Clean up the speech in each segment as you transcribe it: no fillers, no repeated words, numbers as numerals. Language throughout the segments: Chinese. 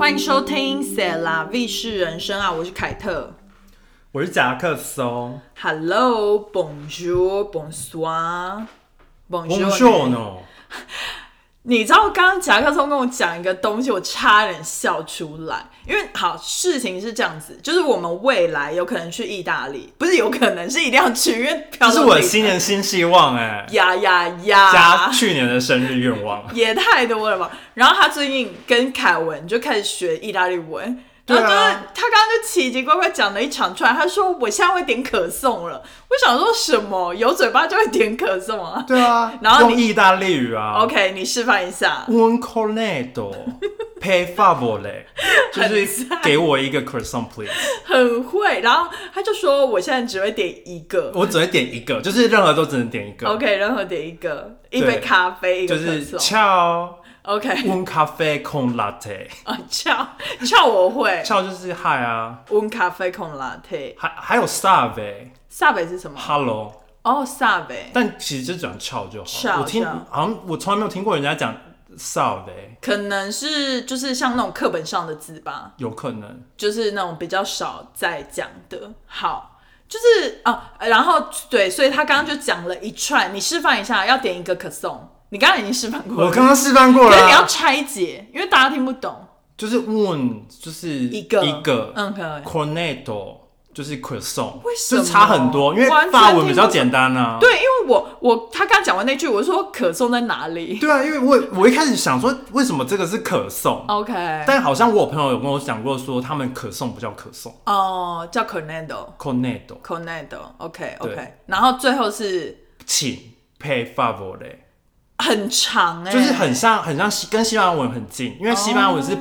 欢迎收听《C'est la vie 是人生》啊，我是凯特， 我是夹克松。 Hello, bonjour, bonsoir, Bonjour 呢？ 你知道刚刚夹克松跟我讲一个东西，我差点笑出来。因为好，事情是这样子，就是我们未来有可能去意大利，不是有可能是一定要去，因为这是我的新年新希望呀， 加去年的生日愿望， 也太多了吧。然后他最近跟凯文就开始学意大利文。然后就是他刚刚就奇奇怪怪讲了一长串，他说我现在会点可颂了。我想说什么？有嘴巴就会点可颂啊？ 对啊，然后用意大利语啊。 OK， 你示范一下。 Un cornetto per favore， 就是给我一个 croissant please。 很会。然后他就说我现在只会点一个， 我只会点一个，就是任何都只能点一个。 OK， 任何点一个，一杯咖啡，一个可颂。 就是ciao。OK， un caffè con latte。 ciao 我会。 ciao 就是 hi 啊。 un caffè con latte。 还有 salve。salve 是什么 ？Hello。 哦 salve。 但其实就讲 ciao 就好。好像我从来没有听过人家讲 salve。 可能是就是像那种课本上的字吧。 有可能。就是那种比较少在讲的。好。就是然后对，所以他刚刚就讲了一串，你示范一下，要点一个可颂。你刚刚已经示范过了。 我刚刚示范过了。 可是你要拆解，因为大家听不懂。 就是 un 就是一个，cornetto 就是 croissant， 为什么？ 就差很多，因为法文比较简单啊。 对，因为他刚讲完那句，我就说可颂在哪里？ 对啊，因为我一开始想说为什么这个是可颂 ，OK， 但好像我有朋友有跟我讲过说他们可颂不叫可颂哦，叫 cornetto，OK， 然后最后是请 per favore。 很长就是很像跟西班牙文很近，因为西班牙文是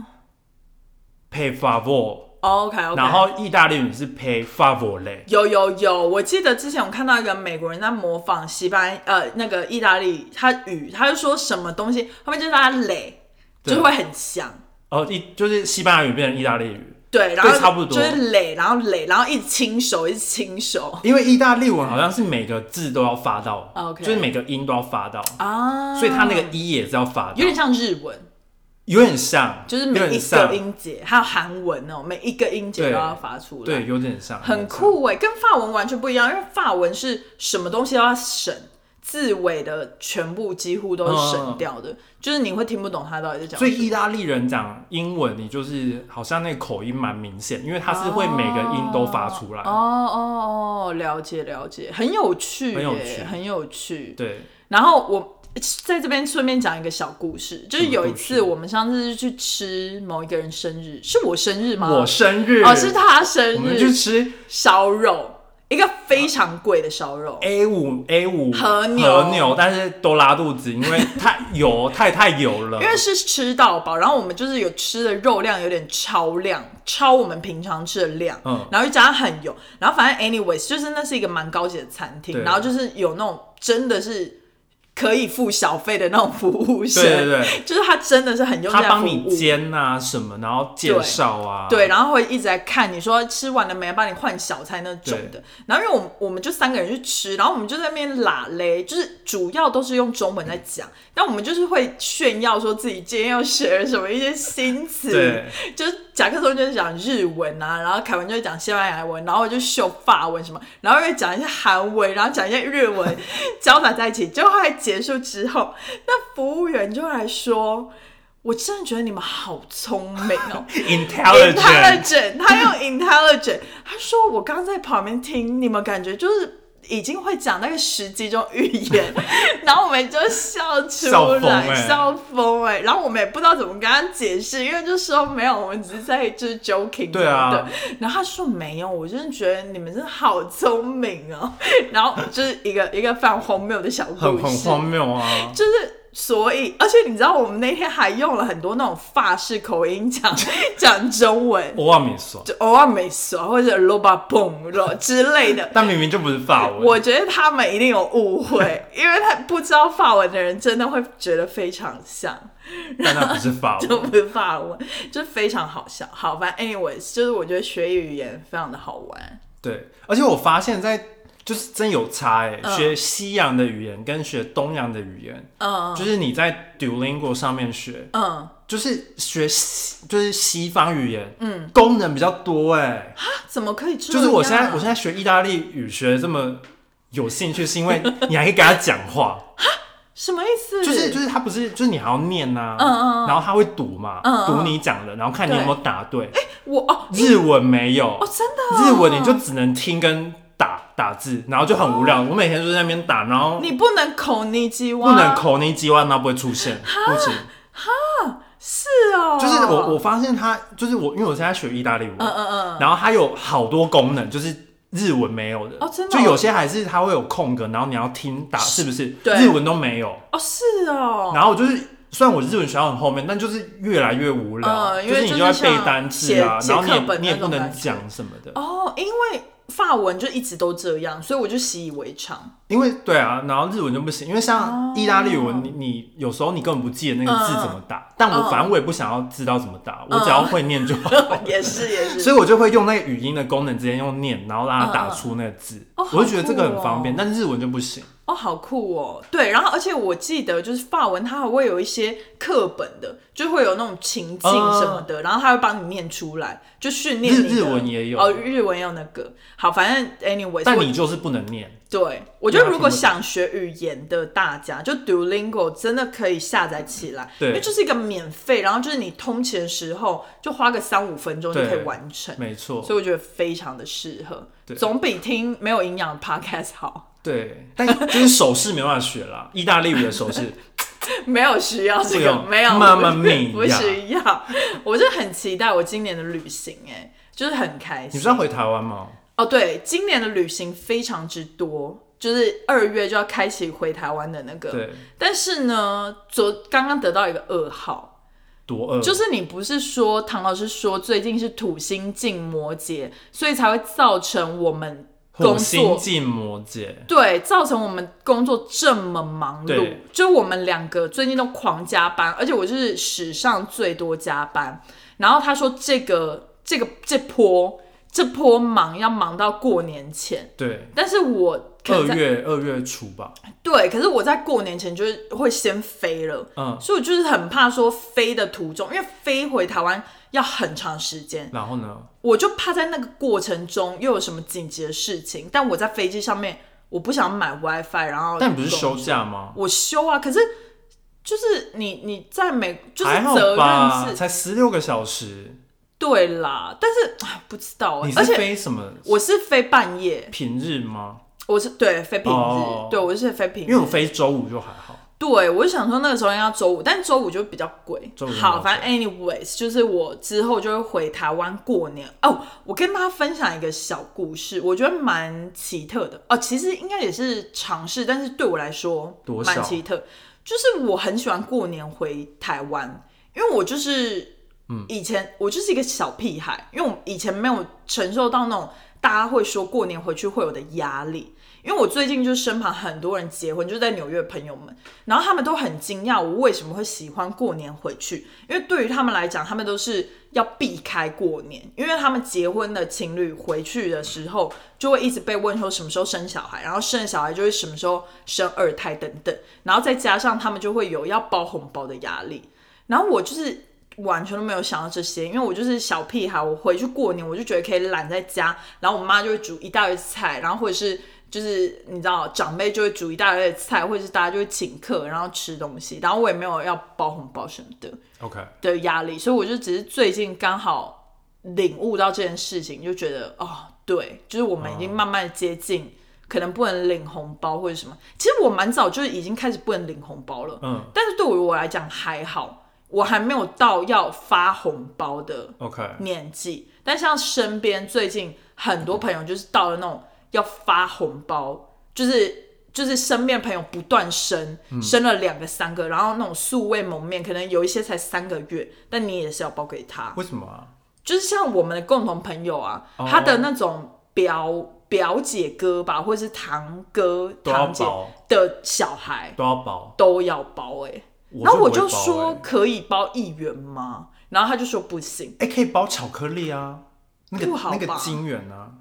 per favore，OK， 然后意大利语是 per favore。 有，我记得之前我看到一个美国人在模仿那个意大利他就说什么东西后面就是他累，就会很像。 就是西班牙语变成意大利语。 对，然后差不多就是累，然后一直轻手， 因为意大利文好像是每个字都要发到 ，okay， 就是每个音都要发到所以它那个一也是要发到， 有点像日文， 有点像， 就是每一个音节，还有韩文哦，每一个音节都要发出来， 对，有点像， 很酷耶，跟法文完全不一样，因为法文是什么东西都要省。字尾的全部几乎都是省掉的，就是你会听不懂他到底在讲什么。 所以意大利人讲英文，你就是好像那个口音蛮明显，因为他是会每个音都发出来。 了解，很有趣，很有趣。 对。 然后我在这边顺便讲一个小故事，就是有一次我们上次去吃某一个人生日，是我生日吗？ 我生日是他生日， 我们去吃烧肉。一个非常贵的烧肉 A5 和牛，但是都拉肚子，因为太油了。 因为是吃到饱，然后我们就是有吃的肉量有点超我们平常吃的量，然后又加上很油，然后反正 anyways 就是那是一个蛮高级的餐厅，然后就是有那种真的是可以付小费的那种服务生，对，就是他真的是很用心在服务， 他帮你煎啊什么，然后介绍啊， 对，然后会一直在看你说吃完了没，帮你换小菜那种的。然后因为我们就3个人去吃，然后我们就在那边拉嘞，就是主要都是用中文在讲，但我们就是会炫耀说自己今天要学什么一些新词，对，就是夹克松就是讲日文啊，然后凯文就会讲西班牙文，然后我就秀法文什么，然后又讲一些韩文，然后讲一些日文，交杂在一起，最后还结束之后，那服务员就来说：“我真的觉得你们好聪明哦 ，intelligent， 他用 intelligent， 他说我刚在旁边听，你们感觉就是已经会讲那个10几种语言，然后我们就笑出来，笑疯哎，然后我们也不知道怎么跟他解释，因为就说没有，我们只是在就是 joking， 对啊， 然后他说没有，我真的觉得你们真的好聪明哦，然后就是一个非常荒谬的小故事， 很荒谬啊， 就是。所以，而且你知道，我们那天还用了很多那种法式口音讲中文， 欧阿美索， 欧阿美索或者罗巴蹦之类的， 但明明就不是法文。 我觉得他们一定有误会，因为他不知道法文的人真的会觉得非常像， 但那不是法文， 就不是法文，就是非常好笑。好，反正 anyways， 就是我觉得学语言非常的好玩。 对，而且我发现就是真有差学西洋的语言跟学东洋的语言，就是你在 Duolingo 上面学，就是学就是西方语言，功能比较多怎么可以这样？ 就是我现在学意大利语学的这么有兴趣，是因为你还可以跟他讲话。 什么意思？ 就是他不是就是你还要念然后他会读嘛，读你讲的，然后看你有没有答对。日文没有真的日文你就只能听跟打字，然后就很无聊。我每天就在那边打，然后你不能口尼基哇， 不能口尼基哇，然后不会出现，不行。 是哦， 就是我发现他就是因为我现在学意大利文，然后它有好多功能，就是日文没有的。 真的就有些还是它会有空格，然后你要听打是不是？ 对， 日文都没有。 是哦。 然后就是虽然我日文学到很后面，但就是越来越无聊，就是你就要背单字啊，然后你也不能讲什么的。 因为法文就一直都这样，所以我就习以为常。 因为对啊，然后日文就不行，因为像意大利文，你有时候你根本不记得那个字怎么打，但反正我也不想要知道怎么打，我只要会念就好。 也是， 所以我就会用那个语音的功能，直接用念，然后让它打出那个字，我就觉得这个很方便，但日文就不行。 好酷哦！对，然后而且我记得就是法文，它还会有一些课本的，就会有那种情境什么的，然后它会帮你念出来，就训练你的。 日文也有日文也有那个。好，反正 anyway， 但你就是不能念。 对，我觉得如果想学语言的大家，就 Duolingo 真的可以下载起来，因为就是一个免费，然后就是你通勤的时候就花个3-5分钟就可以完成， 没错。 所以我觉得非常的适合，总比听没有营养的 podcast 好。 对，但就是手势没办法学啦，意大利语的手势没有需要这个，没有慢慢密， 不需要。我就很期待我今年的旅行，就是很开心。 你不是要回台湾吗？ 对，今年的旅行非常之多，就是2月就要开启回台湾的那个。 对。 但是呢，刚刚得到一个噩耗。 多饿？ 就是你不是说唐老师说最近是土星进摩羯，所以才会造成我们火星进摩羯， 对，造成我们工作这么忙碌，就我们2个最近都狂加班，而且我是史上最多加班。然后他说这波忙要忙到过年前， 对， 但是我 2月初吧， 对，可是我在过年前就是会先飞了，所以我就是很怕说飞的途中，因为飞回台湾要很长时间， 然后呢，我就怕在那个过程中又有什么紧急的事情，但我在飞机上面我不想买 WiFi， 然后但你不是休假吗？ 我休啊，可是就是你在就是还好责吧， 任是才16个小时。 对啦，但是不知道你是飞什么？ 我是飞半夜。 平日吗？ 我是对飞平日，对我是飞平日， 因为我飞周五就还好。 对，我就想说那个时候应该周五，但周五就比较贵。好，反正 anyways， 就是我之后就会回台湾过年。我跟大家分享一个小故事，我觉得蛮奇特的。其实应该也是常识，但是对我来说蛮奇特。就是我很喜欢过年回台湾，因为我就是以前我就是一个小屁孩，因为我以前没有承受到那种大家会说过年回去会有的压力。因为我最近就身旁很多人结婚，就是在纽约的朋友们，然后他们都很惊讶我为什么会喜欢过年回去，因为对于他们来讲，他们都是要避开过年，因为他们结婚的情侣回去的时候，就会一直被问说什么时候生小孩，然后生小孩就会什么时候生2胎等等，然后再加上他们就会有要包红包的压力，然后我就是完全都没有想到这些，因为我就是小屁孩，我回去过年我就觉得可以懒在家，然后我妈就会煮一大堆菜，然后或者是就是你知道长辈就会煮一大堆菜，或者是大家就会请客然后吃东西，然后我也没有要包红包什么的 OK 的压力，所以我就只是最近刚好领悟到这件事情，就觉得对，就是我们已经慢慢接近可能不能领红包或者什么。其实我蛮早就已经开始不能领红包了，但是对于我来讲还好，我还没有到要发红包的年纪。但像身边最近很多朋友就是到了那种要发红包，就是身边朋友不断生了2个3个，然后那种素未谋面，可能有一些才3个月，但你也是要包给他。 为什么啊？ 就是像我们的共同朋友啊，他的那种表姐哥吧，或者是堂哥堂姐的小孩都要包然后我就说可以包1元吗？然后他就说不行。 可以包巧克力啊，那个金元啊。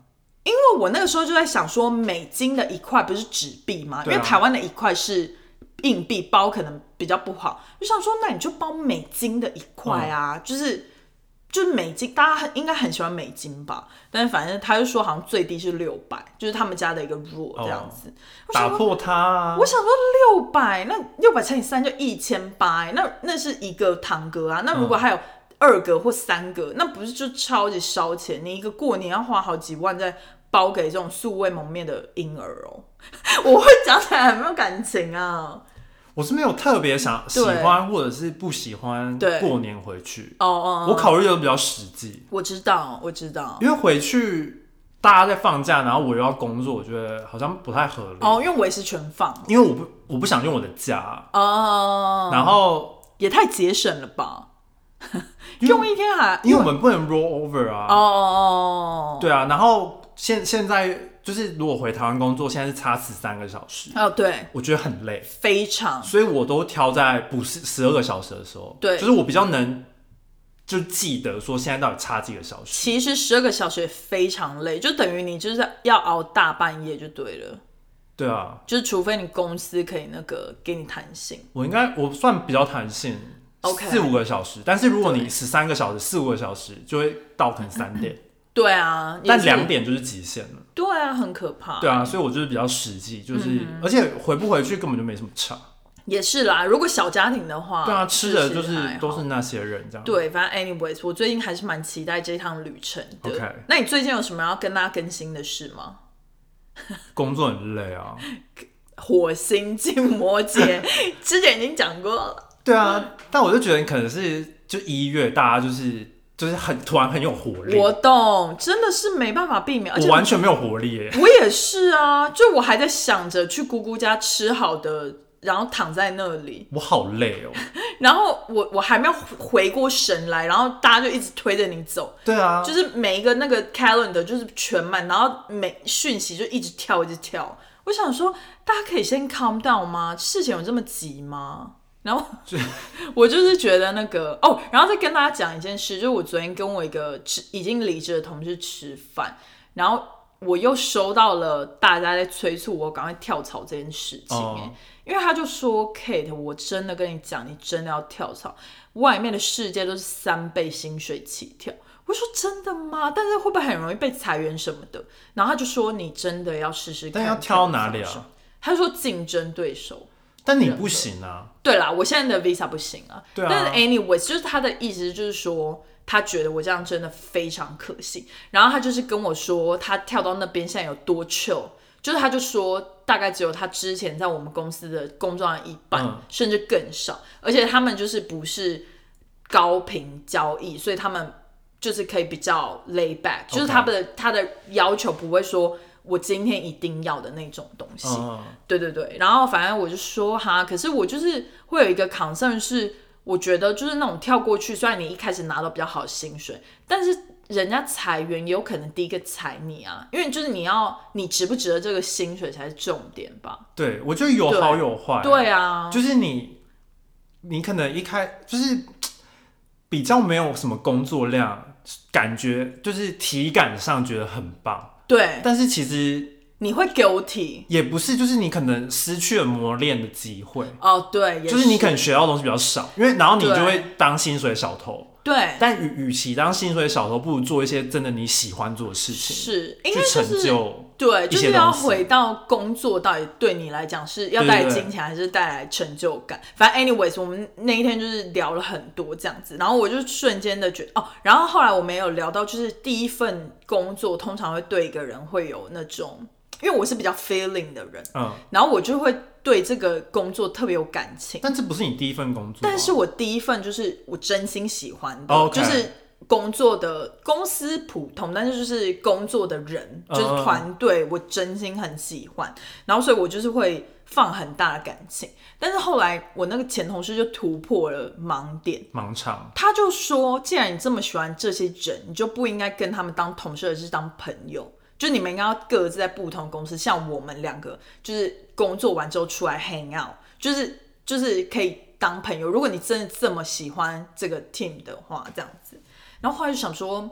因为我那个时候就在想说，美金的1块不是纸币吗？因为台湾的1块是硬币，包可能比较不好，就想说那你就包美金的1块啊，就是美金，大家应该很喜欢美金吧？但是反正他就说好像最低是600，就是他们家的一个 rule 这样子。 打破它啊！ 我想说600，那600乘以3就1800，那是一个堂哥啊。那如果还有2个或3个，那不是就超级烧钱？你一个过年要花好几万在包给这种素未谋面的婴儿哦。我会讲起来很没有感情啊。 我是没有特别喜欢或者是不喜欢过年回去。我考虑的比较实际。 我知道， 因为回去大家在放假，然后我又要工作，我觉得好像不太合理。 因为我也是全放， 因为我不想用我的假。然后也太节省了吧？用一天因为我们不能 roll over 啊。对啊，然后现在。就是如果回台湾工作，现在是差13个小时。 对， 我觉得很累， 非常， 所以我都挑在不是12个小时的时候。对，就是我比较能就记得说现在到底差几个小时。 其实12个小时也非常累，就等于你就是要熬大半夜就对了。 对啊， 就是除非你公司可以给你弹性。 我算比较弹性，4-5个小时。但是如果你13个小时4-5个小时，就会到可能3点。 对啊， 但2点就是极限了。 对啊，很可怕。 对啊，所以我就是比较实际，就是而且回不回去根本就没什么差。 也是啦，如果小家庭的话， 对啊，吃的就是都是那些人这样。 对，反正 anyways， 我最近还是蛮期待这趟旅程的。OK， 那你最近有什么要跟大家更新的事吗？ 工作很累啊。 火星进摩羯，之前已经讲过了。 对啊，但我就觉得可能是就1月大家就是突然很有活力。 我懂，真的是没办法避免。而且我完全没有活力耶。 我也是啊，就我还在想着去姑姑家吃好的，然后躺在那里。 我好累哦。 然后我还没有回过神来，然后大家就一直推着你走。 对啊， 就是每一个那个 calendar 就是全满，然后每讯息就一直跳一直跳。我想说，大家可以先 calm down 吗？事情有这么急吗？然后我就是觉得然后再跟大家讲一件事，就是我昨天跟我一个已经离职的同事吃饭，然后我又收到了大家在催促我赶快跳槽这件事情。因为他就说 Kate， 我真的跟你讲，你真的要跳槽，外面的世界都是3倍薪水起跳。我说真的吗？但是会不会很容易被裁员什么的？然后他就说你真的要试试看。 但要跳哪里啊？ 他说竞争对手。 但你不行啊。 对啦，我现在的 visa 不行啊。对啊。但是 anyways， 就是他的意思就是说，他觉得我这样真的非常可信。然后他就是跟我说，他跳到那边现在有多 chill， 就是他就说大概只有他之前在我们公司的工作量一半，甚至更少。而且他们就是不是高频交易，所以他们就是可以比较 lay back， 就是他的要求不会说我今天一定要的那种东西。对对对，然后反正我就说可是我就是会有一个 concern 是，我觉得就是那种跳过去，虽然你一开始拿到比较好的薪水，但是人家裁员也有可能第一个裁你啊，因为就是你值不值得这个薪水才是重点吧。 对，我觉得有好有坏。 对啊， 就是你可能就是比较没有什么工作量，感觉就是体感上觉得很棒。对，但是其实你会 guilty， 也不是，就是你可能失去了磨练的机会。 对， 就是你可能学到的东西比较少，因为然后你就会当薪水小偷。 对， 但与其当薪水小偷，不如做一些真的你喜欢做的事情， 是去成就。 对，就是要回到工作到底对你来讲是要带来金钱还是带来成就感。反正 anyways， 我们那一天就是聊了很多这样子，然后我就瞬间的觉得然后后来我们也有聊到，就是第一份工作通常会对一个人会有那种，因为我是比较 feeling 的人，然后我就会对这个工作特别有感情。 但这不是你第一份工作。 但是我第一份就是我真心喜欢的，就是工作的公司普通，但是就是工作的人，就是团队，我真心很喜欢。然后所以我就是会放很大的感情。但是后来我那个前同事就突破了盲场，他就说，既然你这么喜欢这些人，你就不应该跟他们当同事，而是当朋友。就你们应该要各自在不同公司，像我们2个就是工作完之后出来 hang out， 就是可以当朋友。如果你真的这么喜欢这个 team 的话，这样子。然后后来就想说，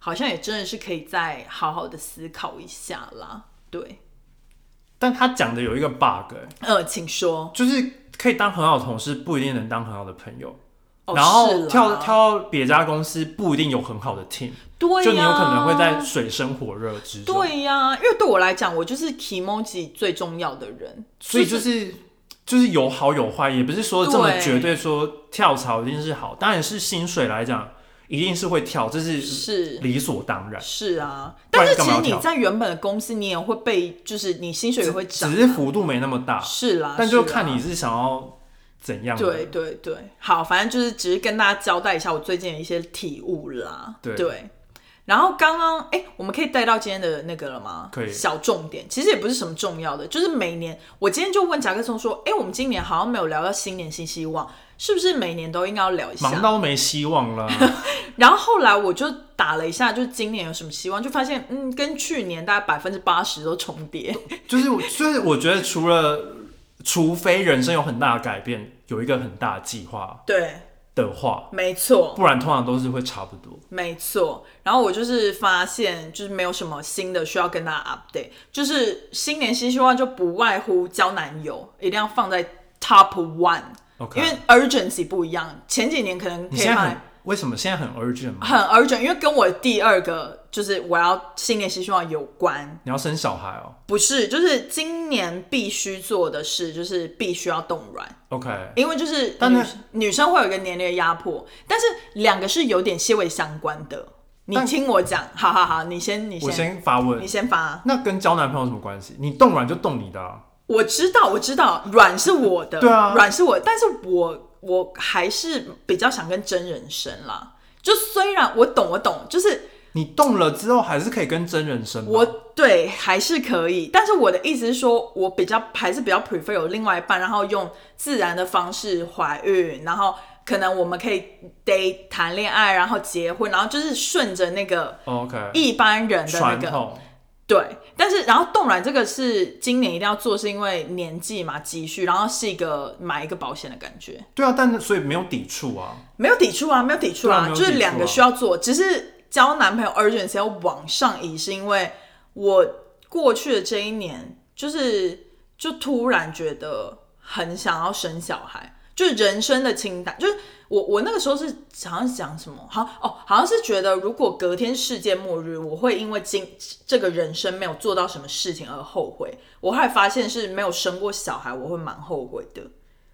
好像也真的是可以再好好的思考一下啦。对， 但他讲的有一个 bug， 请说， 就是可以当很好的同事，不一定能当很好的朋友。然后跳到别家公司不一定有很好的 team， 对呀， 就你有可能会在水深火热之中。 对呀，因为对我来讲，我就是 Kimoji 最重要的人， 所以就是有好有坏，也不是说这么绝对说跳槽一定是好，当然是薪水来讲一定是会跳，这是理所当然。 是啊，但是其实你在原本的公司，你也会被，就是你薪水也会涨， 只是幅度没那么大。 是啦， 但就看你是想要怎样的。 对对对，好，反正就是只是跟大家交代一下我最近的一些体悟啦。对。然后刚刚我们可以带到今天的那个了吗？ 可以。 小重点其实也不是什么重要的，就是每年我今天就问甲克松说，我们今年好像没有聊到新年新希望，是不是每年都应该要聊一下？ 忙到没希望了。 然后后来我就打了一下，就是今年有什么希望，就发现跟去年大概80%都重叠。 就是我觉得除非人生有很大的改变，有一个很大的计划。 对。 的话， 没错， 不然通常都是会差不多。 没错，然后我就是发现，就是没有什么新的需要跟大家 update， 就是新年新希望就不外乎交男友，一定要放在 top one， 因为 urgency 不一样。前几年可能可以放。 为什么现在很 urgent 吗？ 很 urgent， 因为跟我第二个就是我要新年新希望有关。 你要生小孩哦？ 不是，就是今年必须做的事就是必须要冻卵。 OK， 因为就是女生会有一个年龄的压迫，但是两个是有点些微相关的。你听我讲，好，你先， 我先发问， 你先发。 那跟交男朋友有什么关系？你冻卵就冻你的啊。 我知道，卵是我的， 对啊， 卵是我的，但是我还是比较想跟真人生啦。就虽然我懂，就是你动了之后还是可以跟真人生吧。 对，还是可以。但是我的意思是说，我还是比较 prefer 有另外一半，然后用自然的方式怀孕，然后可能我们可以 date 谈恋爱，然后结婚，然后就是顺着那个一般人的那个。对，但是然后冻卵这个是今年一定要做，是因为年纪嘛，积蓄，然后是买一个保险的感觉。 对啊，但是所以没有抵触啊， 没有抵触啊，就是两个需要做，只是交男朋友 urgency 要往上移，是因为我过去的这一年就突然觉得很想要生小孩，就是人生的清单，就是我那个时候是好像讲什么，好像是觉得如果隔天世界末日，我会因为这个人生没有做到什么事情而后悔。我后来发现是没有生过小孩，我会蛮后悔的。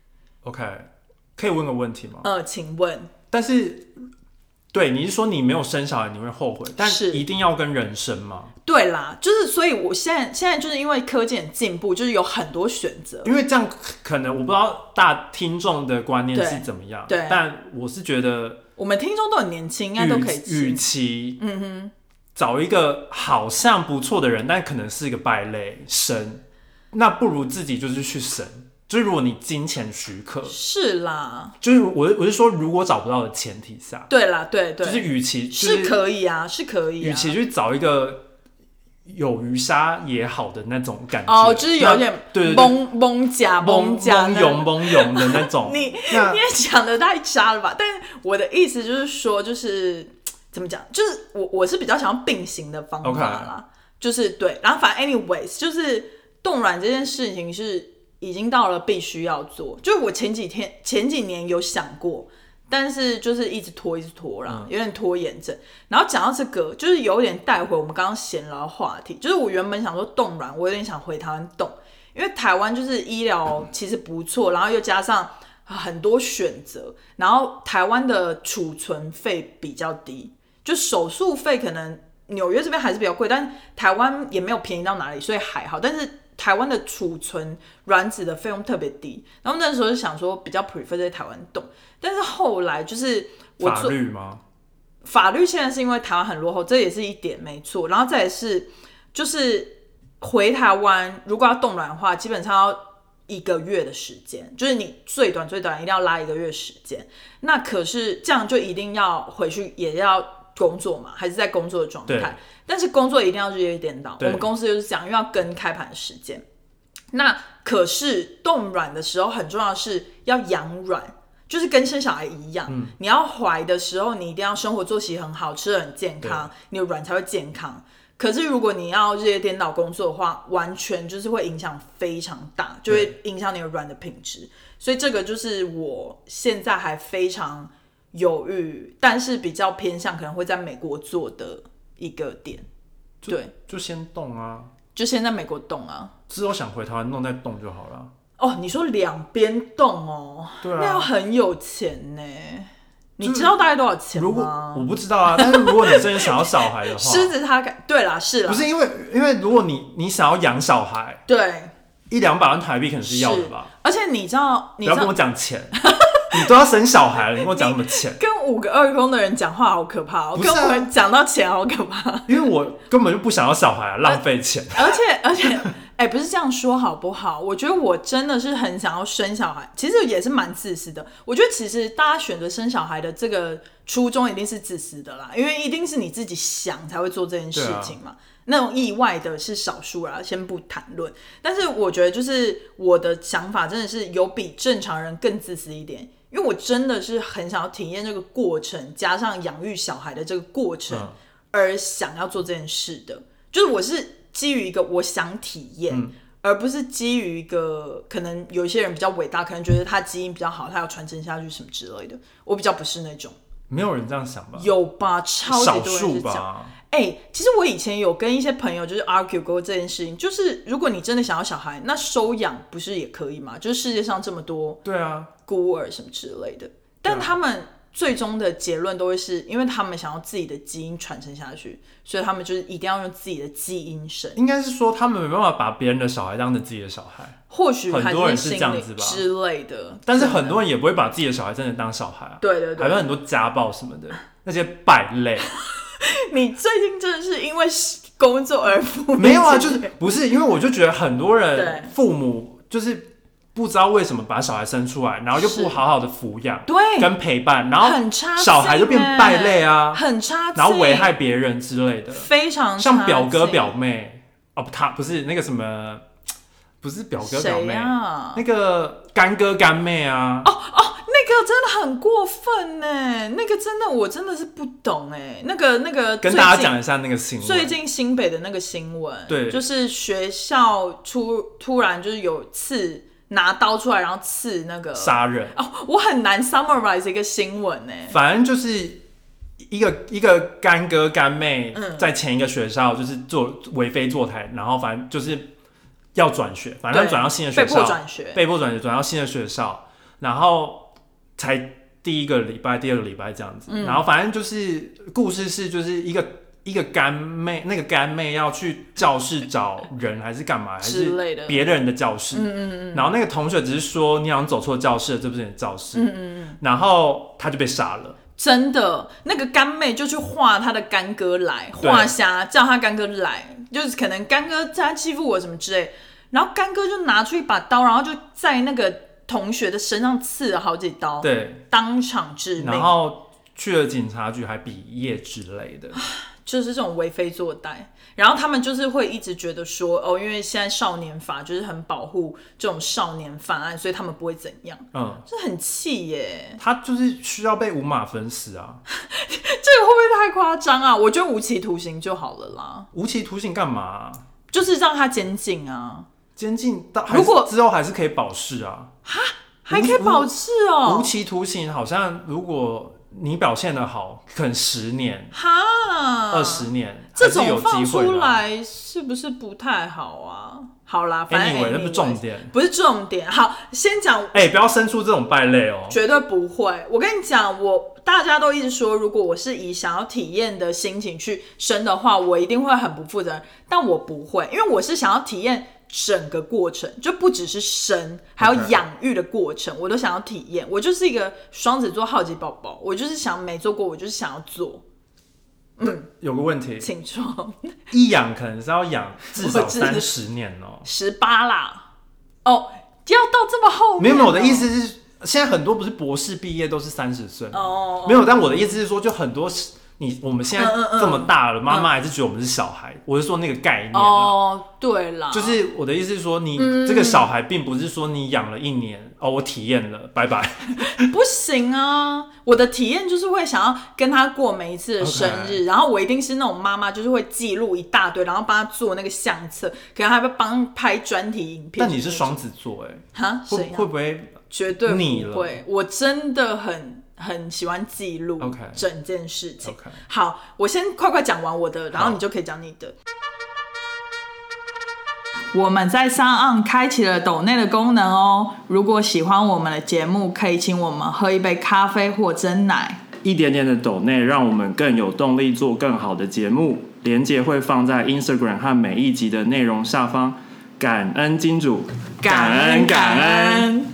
OK， 可以问个问题吗？ 请问。 但是，对，你是说你没有生小孩你会后悔，但是一定要跟人生吗？ 对啦，就是所以我现在就是因为科技很进步，就是有很多选择。 因为这样可能我不知道大听众的观念是怎么样， 对， 但我是觉得我们听众都很年轻，应该都可以。 与其找一个好像不错的人，但可能是一个败类生，那不如自己就是去生。就是如果你金钱许可， 是啦， 就是我是说，如果找不到的前提下， 对啦，对， 就是与其是可以啊，是可以， 与其去找一个有鱼虾也好的那种感觉， 就是有点蒙甲勇的那种。 你也讲的太渣了吧？但是我的意思就是说，就是怎么讲，就是我是比较想要并行的方法啦，就是对，然后反正 anyways， 就是冻卵这件事情是。已经到了必须要做，就是我前几年有想过，但是就是一直拖啦，有点拖延症。然后讲到这个，就是有点带回我们刚刚闲聊的话题，就是我原本想说冻卵，我有点想回台湾冻，因为台湾就是医疗其实不错，然后又加上很多选择，然后台湾的储存费比较低，就手术费可能纽约这边还是比较贵，但台湾也没有便宜到哪里，所以还好，但是。台湾的储存卵子的费用特别低，然后那时候就想说比较 prefer 在台湾冻，但是后来就是我法律吗？ 法律现在是因为台湾很落后，这也是一点没错。然后再来是就是回台湾如果要冻卵的话，基本上要1个月的时间，就是你最短一定要拉1个月时间。那可是这样就一定要回去也要工作嘛，还是在工作的状态。但是工作一定要日夜颠倒，我们公司就是这样，因为要跟开盘的时间。那可是冻卵的时候很重要的是要养卵， 就是跟生小孩一样，你要怀的时候，你一定要生活作息很好，吃得很健康，你的卵才会健康。可是如果你要日夜颠倒工作的话，完全就是会影响非常大，就会影响你的卵的品质。所以这个就是我现在还非常犹豫，但是比较偏向可能会在美国做的一个点。对， 就先动啊， 就先在美国动啊， 之后想回台湾弄再动就好了。 哦，你说两边动哦， 对啊， 那要很有钱呢。你知道大概多少钱吗？ 我不知道啊，但是如果你真的想要小孩的话， 狮子他对啦，是啦， 不是因为如果你想要养小孩， 对 ，100-200万台币可能是要的吧。 而且你知道， 不要跟我讲钱，你都要生小孩了，你跟我讲什么钱？ 跟5个2公的人讲话好可怕哦，跟我们讲到钱好可怕。 因为我根本就不想要小孩啊，浪费钱。 而且。不是这样说好不好？我觉得我真的是很想要生小孩，其实也是蛮自私的。我觉得其实大家选择生小孩的这个初衷一定是自私的啦，因为一定是你自己想才会做这件事情嘛。那种意外的是少数啦，先不谈论。但是我觉得就是我的想法真的是有比正常人更自私一点，因为我真的是很想要体验这个过程，加上养育小孩的这个过程，而想要做这件事的。就是我是基于一个我想体验，而不是基于一个可能有一些人比较伟大，可能觉得他基因比较好，他要传承下去什么之类的。我比较不是那种。 没有人这样想吧？ 有吧，超级多人是这样。其实我以前有跟一些朋友就是 argue 过这件事情，就是如果你真的想要小孩，那收养不是也可以吗？就是世界上这么多孤儿什么之类的，但他们最终的结论都会是因为他们想要自己的基因传承下去，所以他们就是一定要用自己的基因生。 应该是说他们没办法把别人的小孩当成自己的小孩， 或许很多人是这样子吧之类的。 但是很多人也不会把自己的小孩真的当小孩啊。 对对对， 还有很多家暴什么的，那些败类。 你最近真的是因为工作而负面？ 没有啊，就是不是因为我就觉得很多人父母就是不知道为什么把小孩生出来，然后又不好好的抚养， 对， 跟陪伴，然后小孩就变败类啊， 很差劲， 然后危害别人之类的， 非常像表哥表妹哦，他不是那个什么，不是表哥表妹，那个干哥干妹啊， 那个真的很过分呢，那个真的我真的是不懂哎，那个跟大家讲一下那个新闻， 最近新北的那个新闻， 对， 就是学校突然就是有拿刀出来，然后刺那个杀人我很难 summarize 一个新闻呢。 反正就是一个干哥干妹在前一个学校就是做为非作歹，然后反正就是要转学，反正转到新的学校，被迫转学转到新的学校，然后才第1个礼拜、第2个礼拜这样子，然后反正就是故事是就是一个干妹，那个干妹要去教室找人还是干嘛，还是别人的教室，然后那个同学只是说你好像走错教室了，这不是你的教室，然后他就被杀了。 真的，那个干妹就去画他的干哥来，画瞎叫他干哥来，就是可能干哥他欺负我什么之类，然后干哥就拿出一把刀，然后就在那个同学的身上刺了好几刀， 对， 当场致命， 然后去了警察局还毕业之类的， 就是这种为非作歹。然后他们就是会一直觉得说，因为现在少年法就是很保护这种少年犯案，所以他们不会怎样。这很气耶。 他就是需要被五马分尸啊。 这个会不会太夸张啊？我觉得无期徒刑就好了啦。 无期徒刑干嘛啊？ 就是让他监禁啊。 监禁如果之后还是可以保释啊。 哈，还可以保释哦。 无期徒刑好像如果你表现得好，可能10年、20年， 这种放出来是不是不太好啊？好啦，反正 anyway 那不是重点， 不是重点。好，先讲， 不要生出这种败类哦， 绝对不会。我跟你讲，大家都一直说，如果我是以想要体验的心情去生的话，我一定会很不负责任。但我不会，因为我是想要体验整个过程，就不只是生，还有养育的过程，我都想要体验。我就是一个双子座好奇宝宝，我就是想没做过，我就是想要做。 有个问题， 请说。 一养可能是要养至少30年哦 ，18啦。要到这么后面？ 没有，我的意思是，现在很多不是博士毕业都是30岁哦，没有。但我的意思是说，就很多我们现在这么大了，妈妈还是觉得我们是小孩。我是说那个概念哦，对啦， 就是我的意思是说，你这个小孩并不是说你养了1年我体验了，拜拜。 不行啊！我的体验就是会想要跟他过每一次的生日，然后我一定是那种妈妈，就是会记录一大堆，然后帮他做那个相册，可能还会帮拍专题影片。 但你是双子座会不会？ 绝对不会，我真的很喜欢记录整件事情。好，我先快讲完我的，然后你就可以讲你的。我们在SoundOn开启了抖内的功能哦。如果喜欢我们的节目，可以请我们喝一杯咖啡或珍奶。 一点点的抖内，让我们更有动力做更好的节目。连结会放在 Instagram 和每一集的内容下方。感恩金主， 感恩。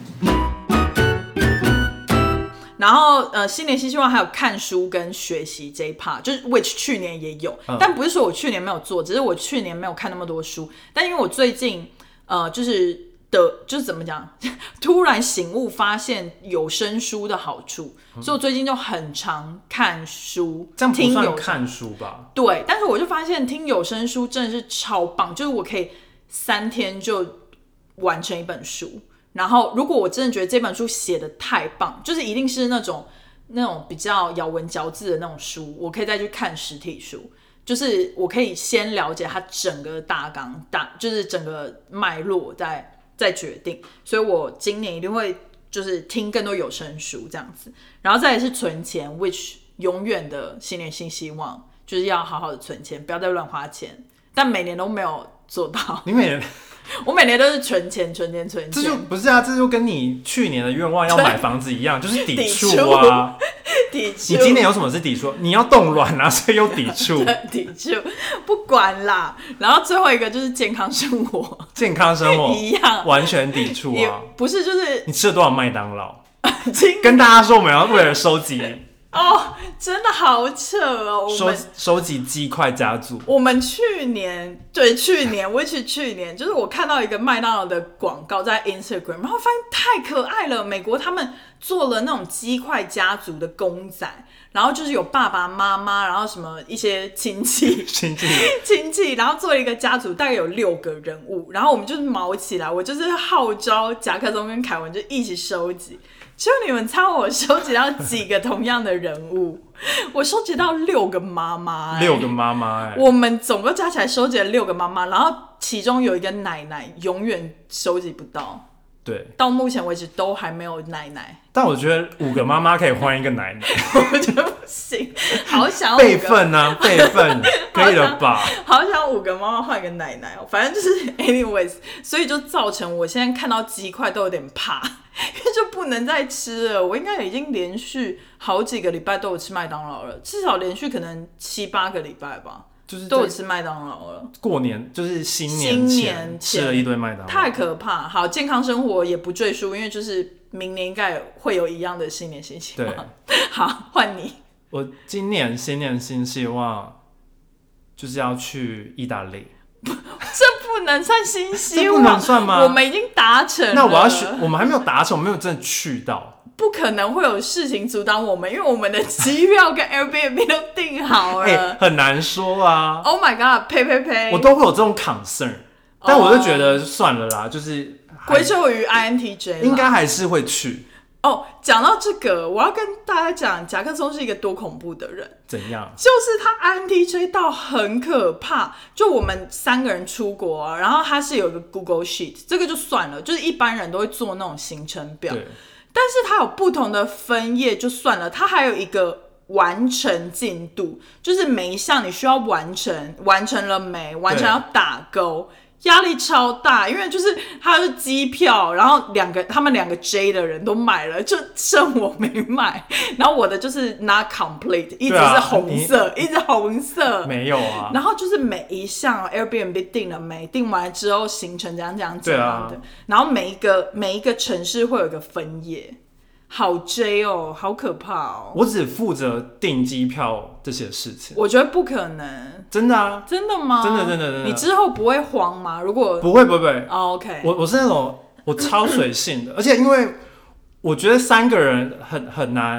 然后新年新希望还有看书跟学习这一 part， 就是 which 去年也有，但不是说我去年没有做，只是我去年没有看那么多书。但因为我最近就是怎么讲，突然醒悟发现有声书的好处，所以我最近就很常看书。 这样不算看书吧？ 对，但是我就发现听有声书真的是超棒，就是我可以3天就完成一本书。然后，如果我真的觉得这本书写得太棒，就是一定是那种比较咬文嚼字的那种书，我可以再去看实体书。就是我可以先了解它整个大纲，就是整个脉络再决定。所以我今年一定会就是听更多有声书这样子。然后再来是存钱 ，which 永远的新年新希望就是要好好的存钱，不要再乱花钱。但每年都没有做到。 你每年？ 我每年都是存钱。这就不是啊，这就跟你去年的愿望要买房子一样，就是抵触啊。 抵触。 你今年有什么是抵触？你要冻卵啊，所以有抵触。 抵触，不管啦。然后最后一个就是健康生活。 健康生活一样， 完全抵触啊。 不是，就是你吃了多少麦当劳？跟大家说，我们要为了收集。 真的好扯哦！ 收集鸡块家族。 我们去年就是我看到一个麦当劳的广告在 Instagram， 然后发现太可爱了。美国他们做了那种鸡块家族的公仔，然后就是有爸爸妈妈，然后什么一些亲戚，然后做了一个家族，大概有6个人物，然后我们就是毛起来，我就是号召甲克松跟凯文就一起收集。就你们猜我收集到几个同样的人物？我收集到6个妈妈 ，6个妈妈我们总共加起来收集了6个妈妈，然后其中有一个奶奶永远收集不到。 对， 到目前为止都还没有奶奶。 但我觉得5个妈妈可以换一个奶奶。 我觉得不行，好想要备份啊，备份可以了吧？ 好想5个妈妈换一个奶奶哦。反正就是 anyways， 所以就造成我现在看到鸡块都有点怕。因为就不能再吃了，我应该已经连续好几个礼拜都有吃麦当劳了，至少连续可能7、8个礼拜吧，就是都有吃麦当劳了。 过年就是新年前吃了一堆麦当劳， 太可怕。好，健康生活也不赘述，因为就是明年应该会有一样的新年新希望。对，好，换你。 我今年新年新希望就是要去意大利。 这不能算新希望， 这不能算吗？ 我们已经达成了。 那我们还没有达成，我没有真的去到。 不可能会有事情阻挡我们，因为我们的机票跟 Airbnb 都订好了。 很难说啊。 Oh my god！ 呸！ 我都会有这种 concern， 但我就觉得算了啦，就是归咎于 INTJ， 应该还是会去。 讲到这个，我要跟大家讲，甲克松是一个多恐怖的人。 怎样？ 就是他 INTJ 到很可怕。就我们3个人出国啊，然后他是有一个 Google Sheet， 这个就算了，就是一般人都会做那种行程表。但是他有不同的分页就算了，他还有一个完成进度，就是每一项你需要完成了没？完成要打勾。压力超大，因为就是他是机票，然后他们2个 J 的人都买了，就剩我没买，然后我的就是 not complete， 一直是红色，一直红色， 没有啊。 然后就是每一项 Airbnb 订了没？订完之后行程怎样的，然后每一个城市会有一个分页。好 J 哦，好可怕哦！ 我只负责订机票这些事情。 我觉得不可能。 真的啊？ 真的吗？ 真的。 你之后不会慌吗？如果不会。 OK。 我是那种我超随性的，而且因为我觉得3个人很难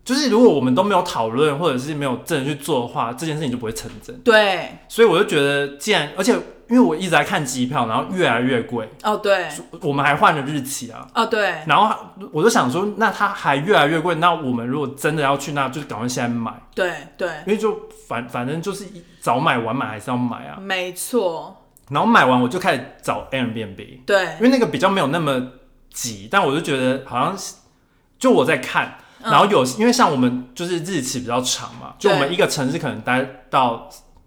就是如果我们都没有讨论，或者是没有真的去做的话，这件事情就不会成真。 对， 所以我就觉得，既然而且因为我一直在看机票，然后越来越贵。 哦，对， 我们还换了日期啊。 哦，对。 然后我就想说，那它还越来越贵，那我们如果真的要去，那就赶快现在买。 对对， 因为就反正就是早买晚买还是要买啊。 没错。 然后买完我就开始找 Airbnb。 对， 因为那个比较没有那么急，但我就觉得好像就我在看，然后因为像我们就是日期比较长嘛，就我们一个城市可能待到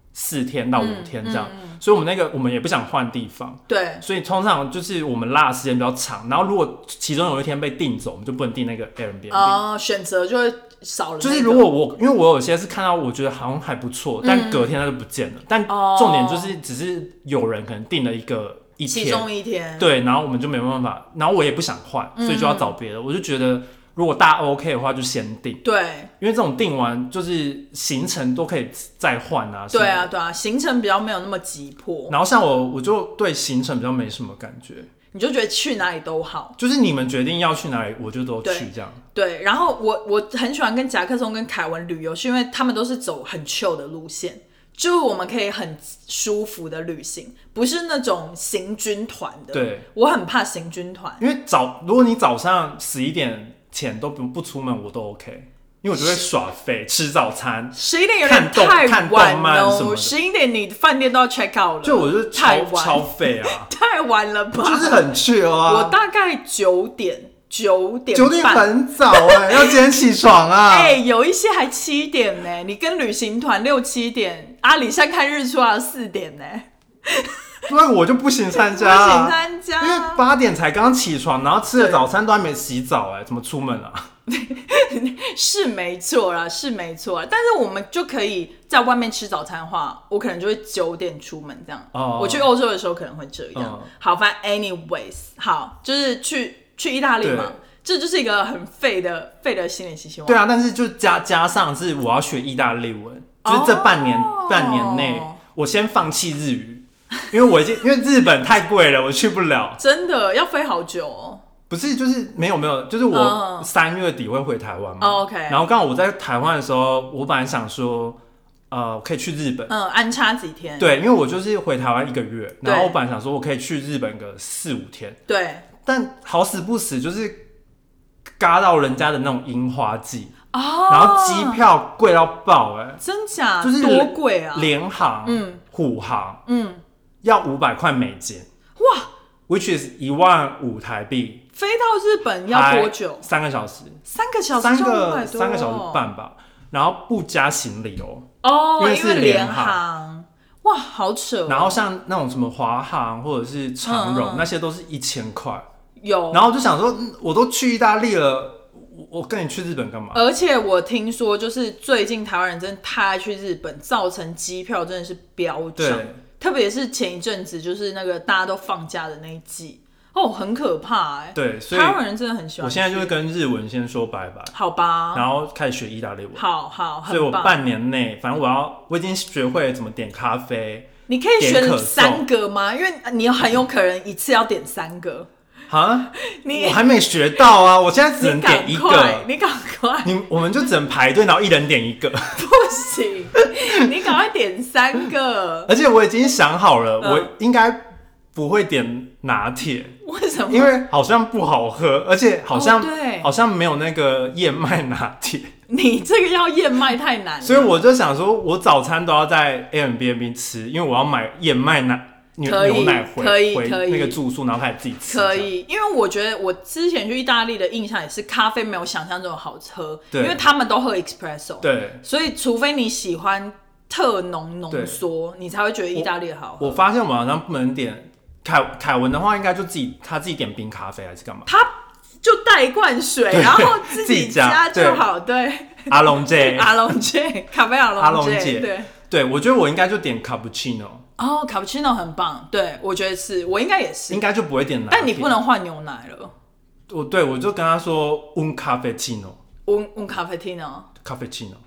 4天到5天这样，所以我们也不想换地方， 对， 所以通常就是我们拉的时间比较长，然后如果其中有一天被订走，我们就不能订那个 Airbnb， 选择就会少了、那個。 就是如果因为我有些是看到我觉得好像还不错，但隔天它就不见了，但重点就是只是有人可能订了一天， 其中一天， 对，然后我们就没办法，然后我也不想换，所以就要找别的。我就觉得如果大家 OK 的话，就先订。 对， 因为这种订完就是行程都可以再换啊。 对啊，对啊，行程比较没有那么急迫。 然后像我就对行程比较没什么感觉， 你就觉得去哪里都好， 就是你们决定要去哪里，我就都去这样。 对，然后我很喜欢跟夹克松跟凯文旅游，是因为他们都是走很 chill 的路线。就是我们可以很舒服的旅行，不是那种行军团的。 对， 我很怕行军团， 因为如果你早上11点前都不出门，我都 OK， 因为我就会耍废吃早餐。 11点有点太晚哦 ，11点你饭店都要 check out 了， 就我就超废啊， 太晚了吧？ 就是很chill啊。 我大概9点很早哎、要几点起床啊？ 有一些还7点呢。你跟旅行团6、7点，阿里山看日出要4点呢。 那我就不行参加、 不行参加， 因为8点才刚起床，然后吃了早餐都还没洗澡怎么出门啊？ 是没错啦，是没错啦，但是我们就可以在外面吃早餐的话，我可能就会9点出门这样。我去欧洲的时候可能会这样。好，反正 anyways， 好，就是去意大利嘛，这就是一个很废的新年新希望。 对啊，但是就加上是我要学意大利文，就是这半年内，我先放弃日语，因为因为日本太贵了，我去不了。 真的要飞好久哦。 不是，就是没有，就是我3月底会回台湾嘛。 OK。 然后刚好我在台湾的时候，我本来想说，可以去日本， 安插几天。 对，因为我就是回台湾1个月，然后我本来想说我可以去日本个4、5天。 对。 但好死不死，就是嘎到人家的那种樱花季，然后机票贵到爆真假？ 就是多贵啊！ 联航、虎航，要500块美金， 哇 ，which is15000台币。 飞到日本要多久 ？3个小时。 3个小时就500多，3 个小时半吧。然后不加行李因为是联航。哇，好扯！ 然后像那种什么华航或者是长荣，那些都是1000块。 有。 然后我就想说，我都去意大利了，我跟你去日本干嘛？ 而且我听说，就是最近台湾人真的太爱去日本，造成机票真的是飙涨。特别是前一阵子，就是那个大家都放假的那一季。很可怕对，所以台湾人真的很喜欢。 我现在就会跟日文先说拜拜， 好吧， 然后开始学意大利文。 好， 所以我半年内，反正我已经学会怎么点咖啡。 你可以选3个吗？因为你很有可能一次要点3个。 我还没学到啊！我现在只能点1个。 你赶快， 我们就只能排队，然后一人点1个。 不行，你赶快点3个。 而且我已经想好了，我应该不会点拿铁。 为什么？ 因为好像不好喝，而且好像没有那个燕麦拿铁。 你这个要燕麦太难了。 所以我就想说，我早餐都要在 Airbnb 吃，因为我要买燕麦牛奶回那个住宿，然后开始自己吃。 可以，因为我觉得我之前去意大利的印象也是咖啡没有想象中的好喝，因为他们都喝 espresso。对，所以除非你喜欢特浓缩，你才会觉得意大利好喝。 我发现我们好像不能点凯文的话，应该就他自己点冰咖啡还是干嘛？ 他就带一罐水，然后自己加就好。对， 阿龙姐， 咖啡阿龙姐， 对，我觉得我应该就点 cappuccino。 卡布奇诺很棒，对，我觉得是我应该也是， 应该就不会点拿铁， 但你不能换牛奶了。 我就跟他说un cappuccino，un cappuccino，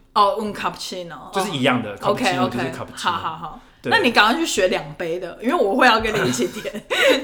哦，un cappuccino 就是一样的 cappuccino 就是 cappuccino。 好，那你赶快去学2杯的，因为我会要跟你一起点。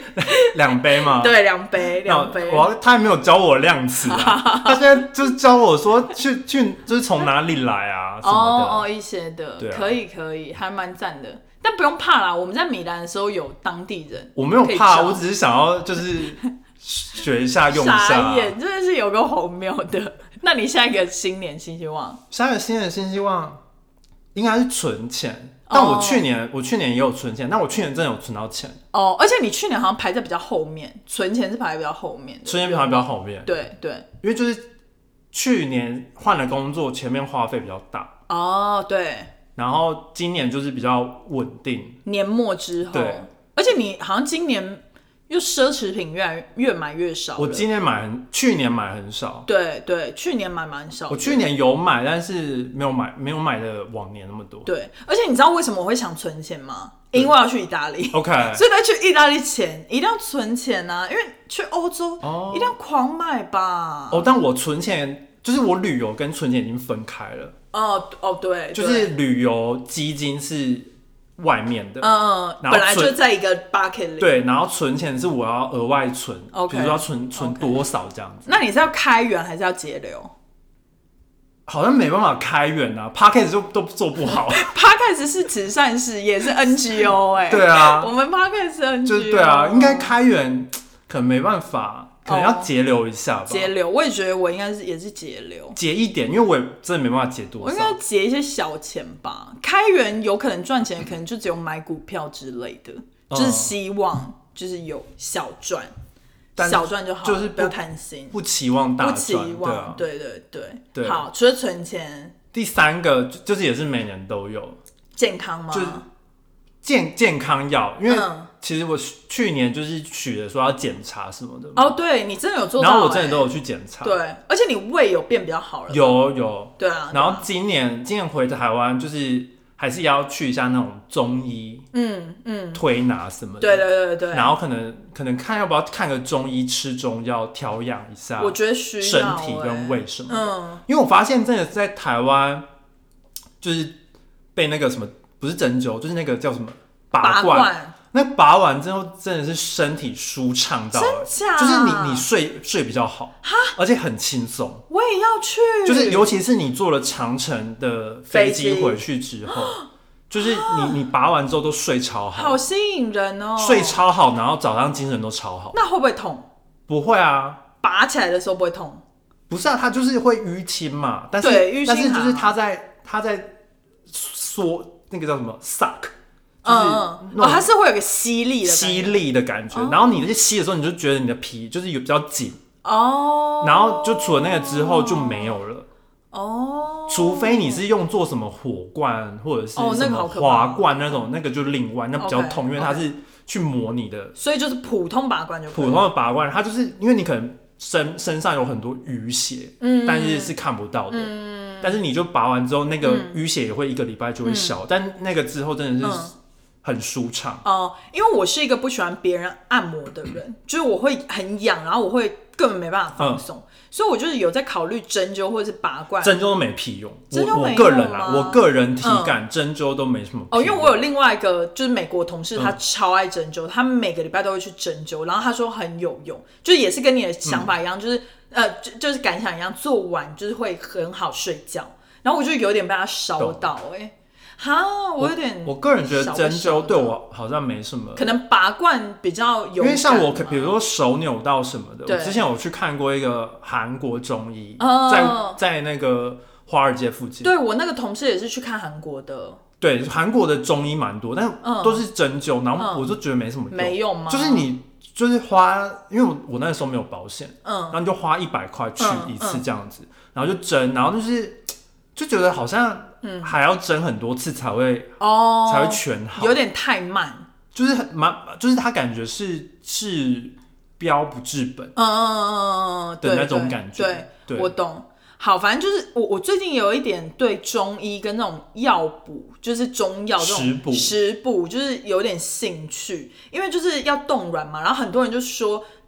2杯吗？ 对，2杯。 他还没有教我量词啊，他现在就是教我说去就是从哪里来啊什么的。 一些的， 对啊， 可以，还蛮赞的。但不用怕啦，我们在米兰的时候有当地人。 我没有怕，我只是想要就是学一下用一下。 傻眼，真的是有个荒谬的。那你下一个新年新希望？ 下一个新年新希望应该是存钱。但我去年也有存钱，但我去年真的有存到钱。 而且你去年好像排在比较后面，存钱是排在比较后面的。 存钱排在比较后面。 对， 因为就是去年换了工作，前面花费比较大。 对。 然后今年就是比较稳定。 年末之后。对。而且你好像今年又奢侈品越买越少了。 我去年买很少。 对，去年买蛮少的。 我去年有买，但是没有买的往年那么多。 对，而且你知道为什么我会想存钱吗？因为我要去意大利。 OK。 所以在去意大利前一定要存钱啊，因为去欧洲一定要狂买吧。 但我存钱就是我旅游跟存钱已经分开了。 对， 就是旅游基金是外面的， 本来就在一个 bucket 里。 对，然后存钱是我要额外存，比如说要存多少这样子。 那你是要开源还是要节流？ 好像没办法开源啊 ，Podcast 就都做不好。 Podcast 是慈善事业，是 NGO 对啊， 我们 Podcast 是 NGO。 就是对啊，应该开源可能没办法。可能要节流一下吧。 节流，我也觉得我应该也是节流， 节一点，因为我也真的没办法节多少。 我应该节一些小钱吧。开源有可能赚钱，可能就只有买股票之类的，就是希望就是有小赚，小赚就好， 就是不要贪心， 不期望大赚， 不期望，对。好，除了存钱， 第3个就是也是每年都有健康吗？ 就是健康药，因为其实我去年就是许了说要检查什么的。 对，你真的有做到。 然后我真的都有去检查。 对，而且你胃有变比较好了。 有。 对啊。 然后今年回台湾，就是还是要去一下那种中医，推拿什么的。对。 然后可能看要不要看个中医，吃中药调养一下。 我觉得需要身体跟胃什么的。因为我发现真的在台湾，就是被那个什么，不是针灸，就是那个叫什么拔罐。那拔完之后真的是身体舒畅到， 真假？ 就是你睡比较好，而且很轻松。 我也要去， 就是尤其是你坐了长程的飞机回去之后，就是你拔完之后都睡超好， 好吸引人哦， 睡超好，然后早上精神都超好。 那会不会痛？ 不会啊， 拔起来的时候不会痛。 不是啊，它就是会淤青嘛，但是就是它在缩那个叫什么 suck。 它是会有个吸力的感觉，然后你在吸的时候，你就觉得你的皮就是有比较紧然后就除了那个之后就没有了除非你是用做什么火罐或者是什么滑罐那种，那个就另外，那比较痛，因为它是去磨你的， 所以就是普通拔罐就可以。 普通的拔罐，它就是因为你可能身上有很多淤血，但是看不到的，但是你就拔完之后，那个淤血也会1个礼拜就会消，但那个之后真的是很舒畅因为我是一个不喜欢别人按摩的人，就是我会很痒，然后我会根本没办法放松，所以我就是有在考虑针灸或者是拔罐。 针灸都没屁用，我个人体感针灸都没什么屁用。 因为我有另外一个就是美国同事，他超爱针灸，他每个礼拜都会去针灸，然后他说很有用，就是也是跟你的想法一样，就是感想一样，做完就是会很好睡觉。然后我就有点被他烧到我有点， 我个人觉得针灸对我好像没什么， 可能拔罐比较有感， 因为像我比如说手扭到什么的，我之前有去看过一个韩国中医，在那个华尔街附近。 对，我那个同事也是去看韩国的。 对，韩国的中医蛮多，但都是针灸，然后我就觉得没什么用。 没用吗？ 就是你就是花，因为我那个时候没有保险，然后你就花100块去一次这样子，然后就针，然后就觉得好像还要针很多次才会全好， 有点太慢， 就是就是他感觉是标不治本的那种感觉。 对，我懂。好，反正就是我最近有一点对中医跟那种药补，就是中药这种食补，就是有点兴趣，因为就是要冻卵嘛，然后很多人就说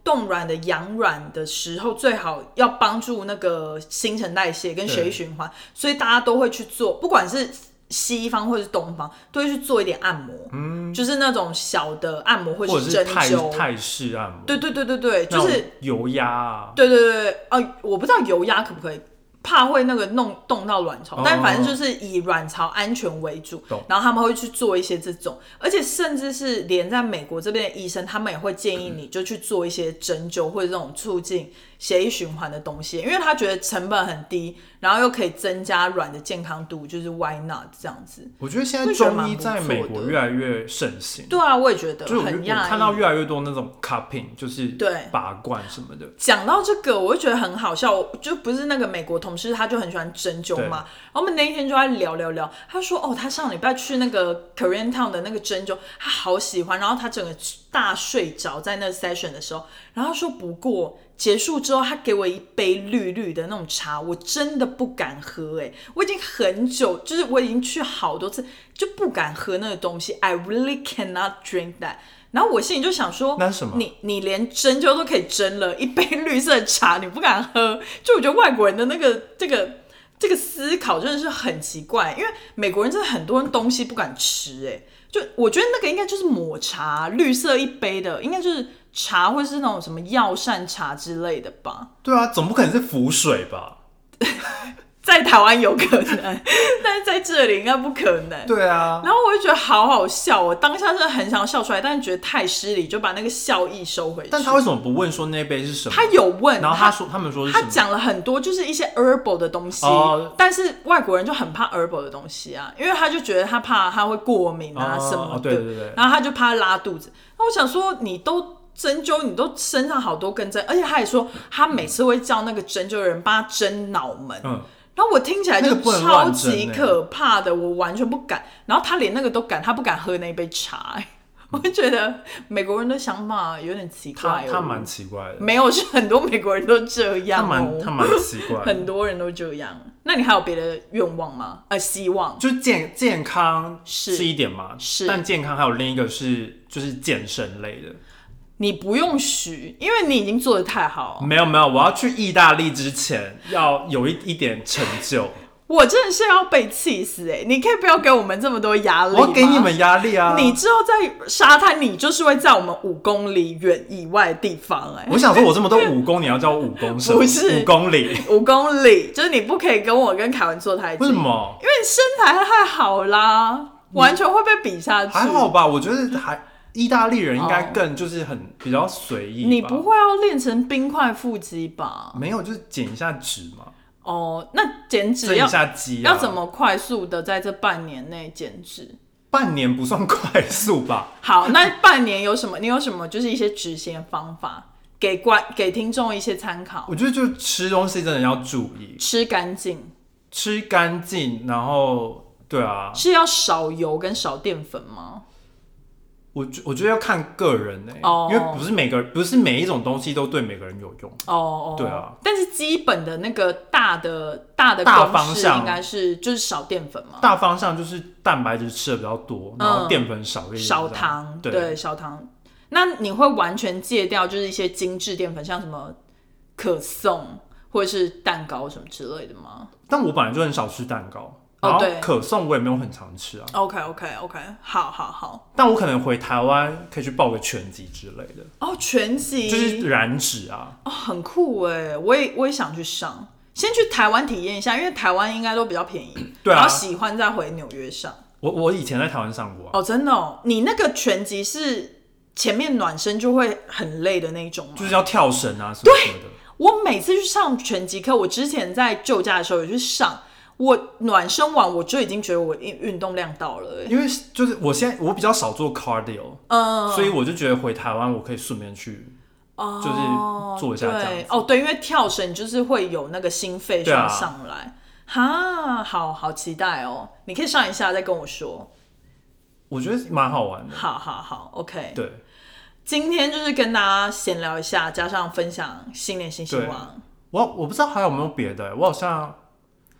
冻卵的养卵的时候，最好要帮助那个新陈代谢跟血液循环，所以大家都会去做，不管是西方或者是东方，都会去做一点按摩，就是那种小的按摩或者是针灸， 泰式按摩， 对，就是油压啊， 对，我不知道油压可不可以。怕会那个动到卵巢，但反正就是以卵巢安全为主，然后他们会去做一些这种，而且甚至是连在美国这边的医生，他们也会建议你就去做一些针灸或者这种促进血液循环的东西，因为他觉得成本很低，然后又可以增加卵的健康度，就是 why not 这样子。 我觉得现在中医在美国越来越盛行。 对啊，我也觉得很讶异， 我看到越来越多那种 cupping， 就是拔罐什么的。 讲到这个，我就觉得很好笑，就不是那个美国同事，他就很喜欢针灸嘛，然后我们那一天就在聊，他说他上礼拜去那个 Korean Town 的那个针灸，他好喜欢，然后他整个大睡着在那 session 的时候，然后他说不过结束之后，他给我一杯绿绿的那种茶，我真的不敢喝我已经很久，就是我已经去好多次，就不敢喝那个东西 ，I really cannot drink that。然后我心里就想说， 那是什么？ 你连针灸都可以针了，一杯绿色的茶你不敢喝，就我觉得外国人的那个这个思考真的是很奇怪，因为美国人真的很多东西不敢吃就我觉得那个应该就是抹茶，绿色一杯的，应该就是茶或是那种什么药膳茶之类的吧？ 对啊，总不可能是浮水吧？ 在台湾有可能，但是在这里应该不可能。 对啊， 然后我就觉得好好笑，我当下真的很想笑出来，但是觉得太失礼，就把那个笑意收回去。 但他为什么不问说那杯是什么？ 他有问， 然后他们说是什么？ 他讲了很多，就是一些 herbal 的东西，但是外国人就很怕 herbal 的东西啊，因为他就觉得他怕他会过敏啊什么的， 对， 然后他就怕拉肚子。那我想说，你都针灸，你都身上好多根针，而且他也说他每次会叫那个针灸的人帮他针脑门。然后我听起来就超级可怕的，我完全不敢。然后他连那个都敢，他不敢喝那杯茶。我就觉得美国人的想法有点奇怪。 他蛮奇怪的。 没有，是很多美国人都这样他蛮奇怪的。 很多人都这样。那你还有别的愿望吗？希望就健康是一点嘛，但健康还有另一个是就是健身类的。 你不用许，因为你已经做得太好。 没有，我要去意大利之前要有一点成就。 我真的是要被气死你可以不要给我们这么多压力吗？ 我要给你们压力啊！ 你之后在沙滩，你就是会在我们5公里远以外的地方我想说，我这么多5公里，你要叫我5公升？ 不是 5公里 ，5公里，就是你不可以跟我跟凯文坐太近。 为什么？ 因为你身材太好啦，完全会被比下去。 还好吧，我觉得意大利人应该更就是比较随意。 你不会要练成冰块腹肌吧？ 没有，就是减一下脂嘛。 那减脂增一下肌要怎么快速的在这半年内减脂？ 半年不算快速吧？ 好，那半年有什么？你有什么就是一些执行的方法，给听众一些参考？ 我觉得就吃东西真的要注意， 吃干净， 然后对啊， 是要少油跟少淀粉吗？ 我觉得要看个人因为不是每一种东西都对每个人有用对啊。 但是基本的那个大的公式应该是就是少淀粉嘛。 大方向就是蛋白质吃的比较多，然后淀粉少一点， 少糖，对，少糖。那你会完全戒掉就是一些精致淀粉，像什么可颂或者是蛋糕什么之类的吗？ 但我本来就很少吃蛋糕。然后可颂我也没有很常吃啊。 OK， 好。 但我可能回台湾可以去报个拳击之类的。拳击就是燃脂啊。 很酷我也想去上，先去台湾体验一下，因为台湾应该都比较便宜。对啊。然后喜欢再回纽约上。我以前在台湾上过真的你那个拳击是前面暖身就会很累的那种吗？ 就是要跳绳啊什么的。 对，我每次去上拳击课，我之前在旧家的时候有去上。我暖身完我就已经觉得我运动量到了因为就是我比较少做 cardio，所以我就觉得回台湾我可以顺便去，就是做一下这样子。 对，因为跳绳就是会有那个心肺需要上来，好期待你可以上一下再跟我说。 我觉得蛮好玩的。 好 OK。 对， 今天就是跟大家闲聊一下，加上分享新年新希望。 我不知道还有没有别的，我好像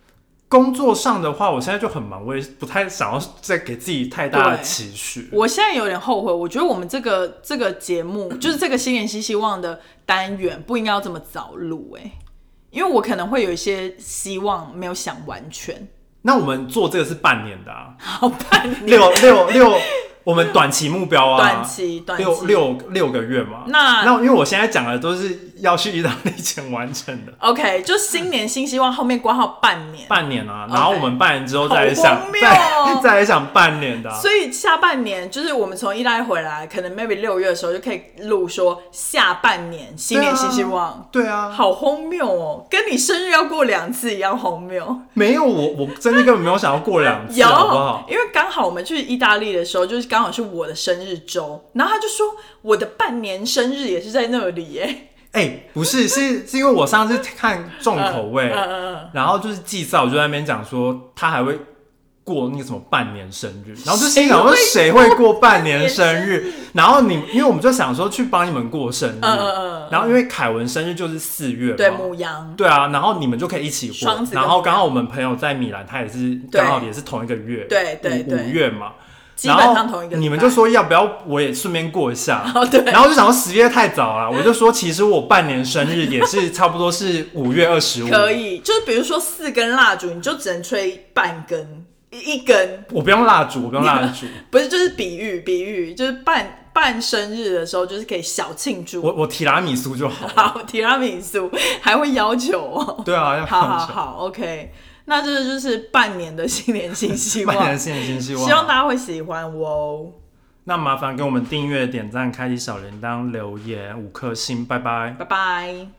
工作上的话，我现在就很忙，我也不太想要再给自己太大的期许。 我现在有点后悔，我觉得我们这个节目，就是这个新年新希望的单元，不应该要这么早录因为我可能会有一些希望没有想完全。 那我们做这个是半年的啊， 好，半年六。我们短期目标啊， 短期六个月嘛。那因为我现在讲的都是要去意大利前完成的。 OK， 就新年新希望后面挂号半年啊，然后我们半年之后再来想，再来想半年的所以下半年就是我们从意大利回来，可能 maybe 6月的时候就可以录说下半年新年新希望。 对啊， 好荒谬哦，跟你生日要过2次一样荒谬。 没有，我真的根本没有想要过2次，好不好？ 因为刚好我们去意大利的时候，就是刚好是我的生日周，然后他就说我的半年生日也是在那里不是，是因为我上次看重口味，然后就是季少就在那边讲说他还会过那个什么半年生日，然后就心想说谁会过半年生日？然后因为我们就想说去帮你们过生日，然后因为凯文生日就是4月嘛， 对，牡羊， 对啊，然后你们就可以一起过，然后刚好我们朋友在米兰，他也是刚好也是同一个月， 对 5月嘛。 基本上同一个， 你们就说要不要我也顺便过一下， 对， 然后就想说10月太早了，我就说其实我半年生日也是差不多是5月25， 可以，就是比如说4根蜡烛，你就只能吹半根，1根， 我不用蜡烛， 不是，就是比喻，就是办生日的时候，就是可以小庆祝。 我提拉米苏就好， 好，提拉米苏还会要求对啊，要好 ，OK。那这就是半年的新年新希望， 半年的新年新希望， 希望大家会喜欢哦。 那麻烦给我们订阅、点赞、开启小铃铛、留言5颗星，拜拜， 拜拜。